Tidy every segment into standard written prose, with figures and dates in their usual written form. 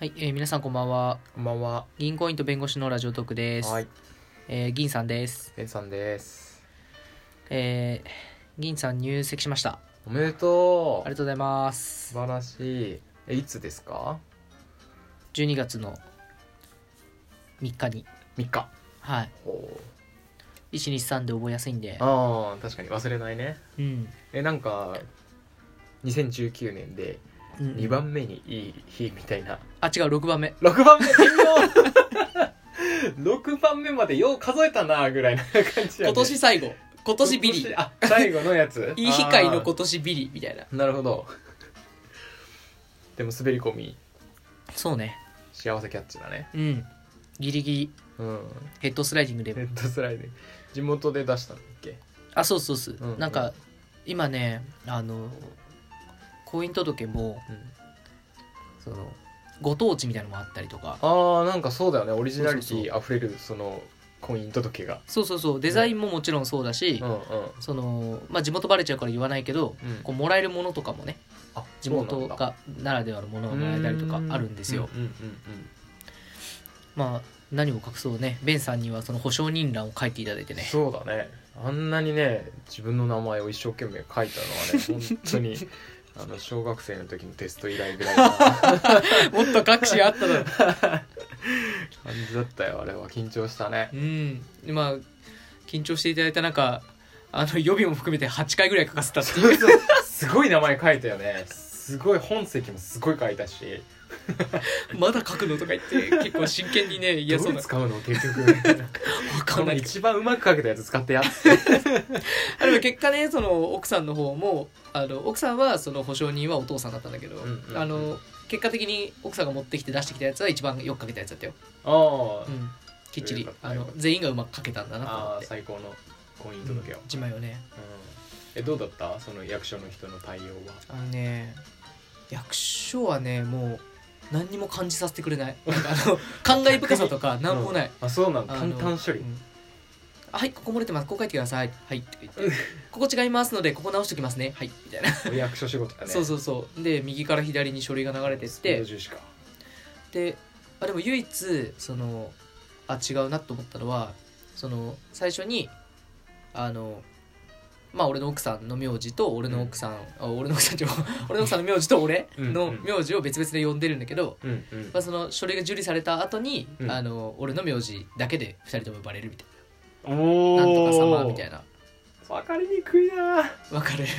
はい、皆さんこんばんは。 こんばんは。 銀行員と弁護士のラジオトークです。 はい。 銀さんです。 ベンさんです。 銀さん入籍しました。 おめでとう。 ありがとうございます。 素晴らしい。いつですか 12月の3日に。 ？3日。 はい。123で覚えやすいんで。 ああ、確かに忘れないね。 うん。 なんか2019年で2番目にいい日みたいな。 あ、違う、6番目。 6番目微妙。6番目までよう数えたなぐらいな感じやね。 今年最後。今年ビリ。 あ、最後のやつ。 いい日会の今年ビリみたいな。 なるほど。でも滑り込み。 そうね。 幸せキャッチだね。 うん。ギリギリ。 うん。 ヘッドスライディングで。 ヘッドスライディング。地元で出したんだっけ？ あ、そうそうそう。 うんうん、 なんか今ね、婚姻届も、そのご当地みたいなのもあったりとか。 ああ、なんかそうだよね。オリジナリティあふれるその婚姻届が。 そうそうそう。デザインももちろんそうだし、そのまあ地元バレちゃうから言わないけど、こうもらえるものとかもね、地元がならではのものがもらえたりとかあるんですよ。まあ何を隠そうね、ベンさんにはその保証人欄を書いていただいてね。 そうだね。あんなにね自分の名前を一生懸命書いたのはね本当に小学生の時のテスト以来ぐらいのもっと隠しがあっただろ感じだったよ。あれは緊張したね。 まあ緊張していただいた中、予備も含めて8回ぐらい書かせたっていうすごい名前書いたよね。すごい本籍もすごい書いたしまだ書くのとか言って結構真剣にね嫌そうな。どう使うの結局分かんない。 一番うまく書けたやつ使ってやってでも結果ね、その奥さんの方も奥さんはその保証人はお父さんだったんだけど、結果的に奥さんが持ってきて出してきたやつは一番よく書けたやつだったよ。きっちり全員がうまく書けたんだなと思って。 最高の婚姻届を、 一枚をね。 どうだったその役所の人の対応は？ 役所はねもう何にも感じさせてくれない。なんか感慨深さとか何もない。 あ、そうなんだ。簡単処理。 はい、ここ漏れてます、ここ書いてください、はいって言ってここ違いますのでここ直しておきますね、はいみたいな。 役所仕事だね。 そうそうそう。で右から左に書類が流れてってで、でも唯一その違うなと思ったのは、その最初にまあ俺の奥さんの名字と俺の奥さん、俺の奥さんの名字と俺の名字を別々で呼んでるんだけど、まあ、その書類が受理された後に、俺の名字だけで2人とも呼ばれるみたいな。なんとか様みたいな。 分かりにくいな。 分かる。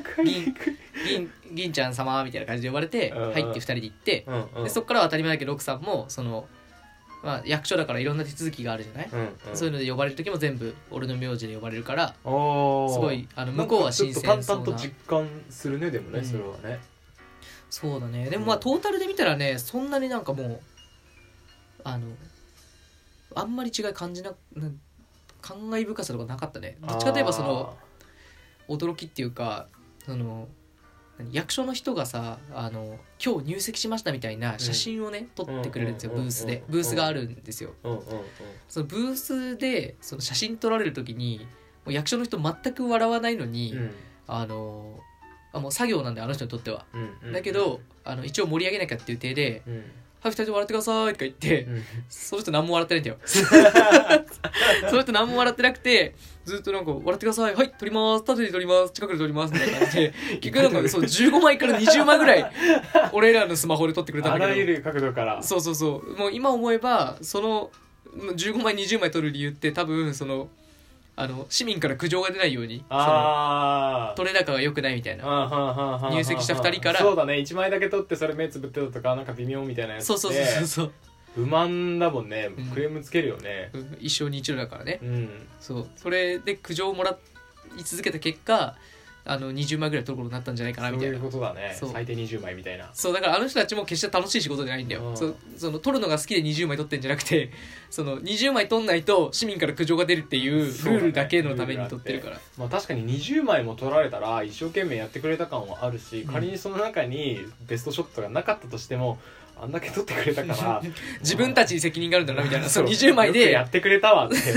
銀ちゃん様みたいな感じで呼ばれて、入って2人で行って、でそっからは当たり前だけど奥さんもその、まあ、役所だからいろんな手続きがあるじゃない、そういうので呼ばれる時も全部俺の名字で呼ばれるから、すごい向こうは新鮮そうな。 ちょっと淡々と実感するね。でもね、それはね。 そうだね。でもまあトータルで見たらね、そんなになんかもうあんまり違い感じな感慨深さとかなかったね。どっちかといえばその驚きっていうか、その役所の人がさ今日入籍しましたみたいな写真をね、撮ってくれるんですよ。ブースでブースがあるんですよ。そのブースでその写真撮られる時にもう役所の人全く笑わないのに、もう作業なんであの人にとっては、だけど一応盛り上げなきゃっていう体で、はい、2人とも笑ってくださいとか言って、その人何も笑ってないんだよ。その人何も笑ってなくて、ずっとなんか笑ってください、はい撮ります、縦で撮ります、近くで撮りますみたいな感じで結局なんかそう15枚から20枚ぐらい俺らのスマホで撮ってくれたんだけど、 あらゆる角度から。 そうそうそう。もう今思えばその15枚20枚撮る理由って多分その市民から苦情が出ないように、その撮れ高が良くないみたいな、入籍した2人から。 そうだね、1枚だけ撮ってそれ目つぶってたとかなんか微妙みたいなやつで、 そう不満だもんね。クレームつけるよね。 一生に一度だからね。そうそれで苦情をもらい続けた結果20枚ぐらい撮ることになったんじゃないかなみたいな。 そういうことだね。最低20枚みたいな。 そうだから人たちも決して楽しい仕事じゃないんだよ。その撮るのが好きで20枚撮ってんじゃなくて、その20枚撮んないと市民から苦情が出るっていうルールだけのために撮ってるから。 まあ確かに20枚も撮られたら一生懸命やってくれた感はあるし、仮にその中にベストショットがなかったとしてもあんだけ撮ってくれたから自分たちに責任があるんだなみたいな。そう20枚でよくやってくれたわって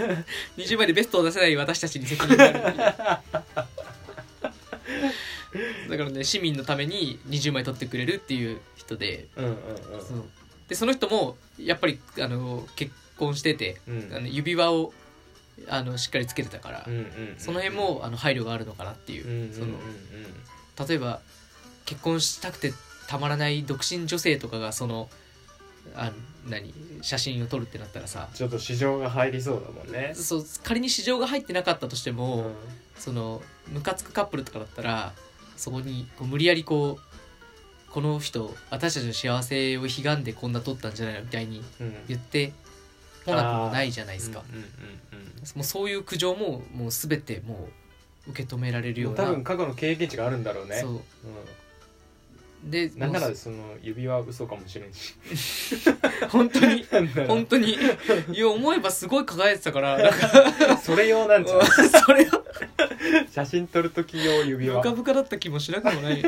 20枚でベストを出せない私たちに責任があるみたいな。だからね、市民のために20枚取ってくれるっていう人で、 でその人もやっぱり結婚してて、指輪をしっかりつけてたから、その辺も配慮があるのかなっていう、その例えば結婚したくてたまらない独身女性とかが写真を撮るってなったらさ、 ちょっと市場が入りそうだもんね。 そう仮に市場が入ってなかったとしても、ムカつくカップルとかだったらそこに無理やりこの人私たちの幸せを悲願でこんな撮ったんじゃないのみたいに言ってこなくもないじゃないですか。もうそういう苦情ももう全てもう受け止められるような、 多分過去の経験値があるんだろうね。 そうでなんならその指輪は嘘かもしれんし本当に本当にいや思えばすごい輝いてたからなんかそれ用なんちゃうそれを写真撮る時用指輪ブカブカだった気もしなくもない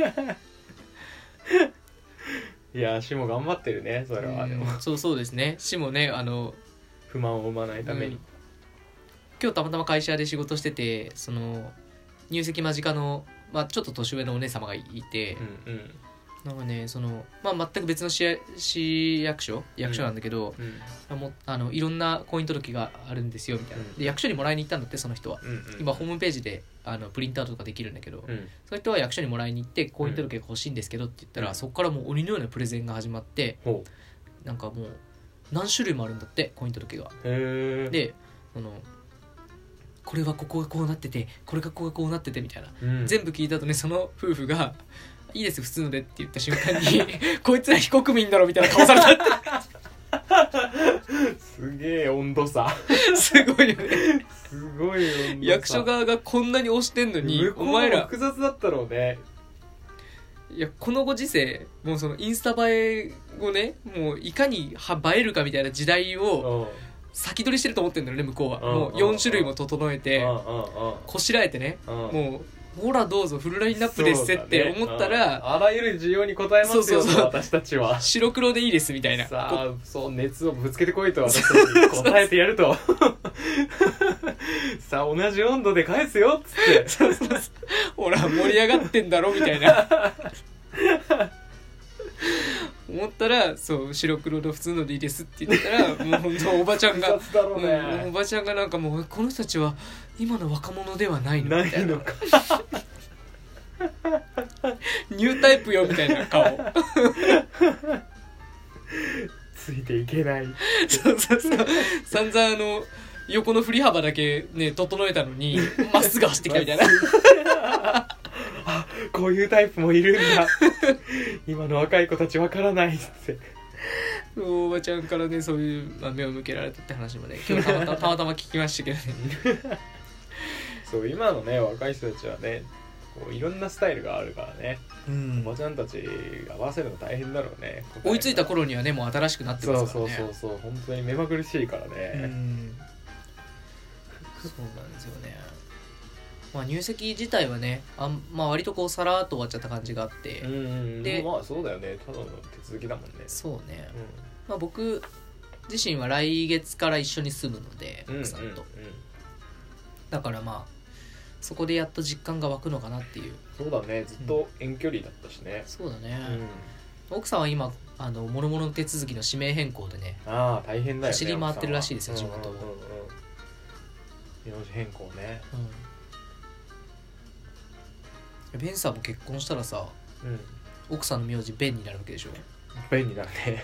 いやシも頑張ってるねそれは。でもそうですね。シもね不満を生まないために、 今日たまたま会社で仕事してて入籍間近の、ちょっと年上のお姉様がいて、なんかね全く別の市役所なんだけど、いろんな婚姻届があるんですよみたいな、で役所にもらいに行ったんだってその人は、今ホームページでプリントアウトとかできるんだけど、その人は役所にもらいに行って婚姻届が欲しいんですけどって言ったら、そこからもう鬼のようなプレゼンが始まって、なんかもう何種類もあるんだって婚姻届が。でこれはここがこうなっててこれがここがこうなっててみたいな、全部聞いた後ねその夫婦がいいです普通のでって言った瞬間にこいつら非国民だろみたいな顔されたってすげえ温度差すごいよね。 すごい温度差。 役所側がこんなに押してんのにお前ら複雑だったろうね。 いやこのご時世もうそのインスタ映えをねもういかに映えるかみたいな時代を先取りしてると思ってんだよね向こうは。もう4種類も整えてこしらえてね、もうほらどうぞフルラインナップですって思ったら、 あらゆる需要に応えますよと私たちは白黒でいいですみたいな、 さあそう熱をぶつけてこいと私たち答えてやるとさあ同じ温度で返すよっつってほら盛り上がってんだろみたいな思ったらそう白黒の普通のでいいですって言ったらもう本当おばちゃんがおばちゃんがなんかもうこの人たちは今の若者ではないのみたいなニュータイプよみたいな顔ついていけないそう散々横の振り幅だけね整えたのにまっすぐ走ってきたみたいなあこういうタイプもいるんだ今の若い子たちわからないっておばちゃんからねそういう目を向けられたって話もね今日たまたま聞きましたけどねそう今のね若い人たちはねこういろんなスタイルがあるからね、おばちゃんたち合わせるの大変だろうね。 追いついた頃にはねもう新しくなってますからね。 そう本当に目まぐるしいからね。 そうなんですよね。入籍自体はね割とこうさらっと終わっちゃった感じがあって、 でそうだよねただの手続きだもんね。 そうね、僕自身は来月から一緒に住むので奥さんと、だからそこでやっと実感が湧くのかなっていう。 そうだねずっと遠距離だったしね。 そうだね、奥さんは今もろもろの手続きの指名変更でね大変だよね走り回ってるらしいですよ仕事を。 名字変更ね。 ベンさんも結婚したらさ、奥さんの名字ベンになるわけでしょ。 ベンになるね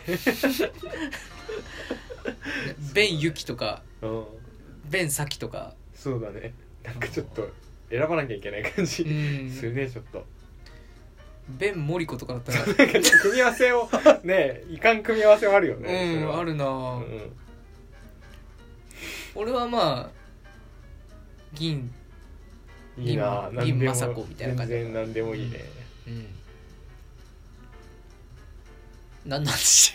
ベンユキとか、ベンサキとか。 そうだねなんかちょっと選ばなきゃいけない感じするねちょっと。 ベンモリコとかだったら組み合わせをねいかん組み合わせはあるよね。 あるな、俺は銀いいな銀政子みたいな感じ。 全然何でもいいね。 何なんでし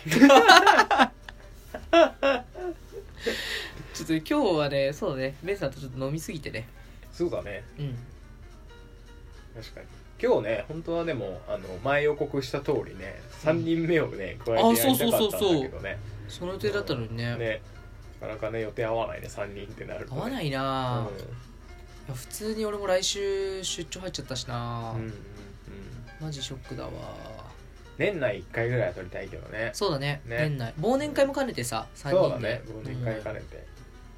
ちょっと今日はねそうだねベンさんとちょっと飲みすぎてね。 そうだね。確かに今日ね本当はでも前予告した通りね3人目をね加えてやりたかったんだけどね。 その予定だったのにね。 なかなかね予定合わないね3人ってなるとね。 合わないな、いや普通に俺も来週出張入っちゃったしな、マジショックだわ。 年内1回ぐらいは撮りたいけどね。 そうだね、 ね、 年内忘年会も兼ねてさ3人で。 そうだね、忘年会兼ねて、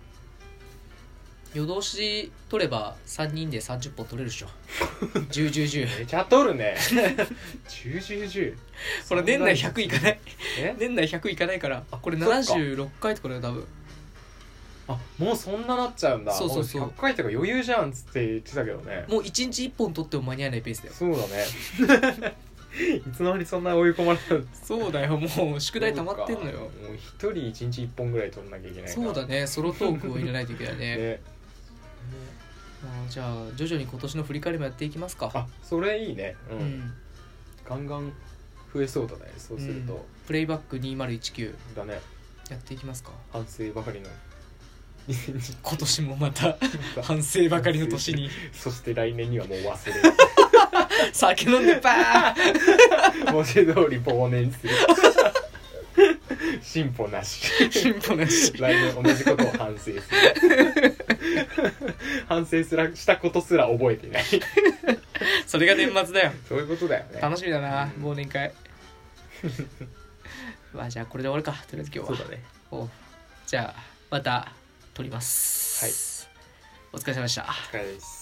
夜通し撮れば3人で30本撮れるでしょ101010 めちゃ撮るね101010 これ年内100いかないえ年内100いかないから、これ76回とかだよ多分。 あ、もうそんななっちゃうんだ。 そうそうそう、 100回とか余裕じゃんっつって言ってたけどね。 もう1日1本撮っても間に合わないペースだよ。 そうだねいつの間にそんな追い込まれたの。 そうだよ、もう宿題溜まってんのよ。 もう一人1日1本ぐらい撮んなきゃいけないから。 そうだね、ソロトークを入れないといけないねね、 じゃあ徐々に今年の振り返りもやっていきますか。 あ、それいいね、 うん、 ガンガン増えそうだね。そうすると、 プレイバック2019 だね、 やっていきますか。 反省ばかりの今年もまた反省ばかりの年にそして来年にはもう忘れ酒飲んでバー文字通り忘年する進歩なし進歩なし来年同じことを反省する反省したことすら覚えていないそれが年末だよ。 そういうことだよね。 楽しみだな、忘年会まあじゃあこれで終わるか、とりあえず今日は。 そうだね。 じゃあまた撮ります。 はい、 お疲れ様でした。 お疲れです。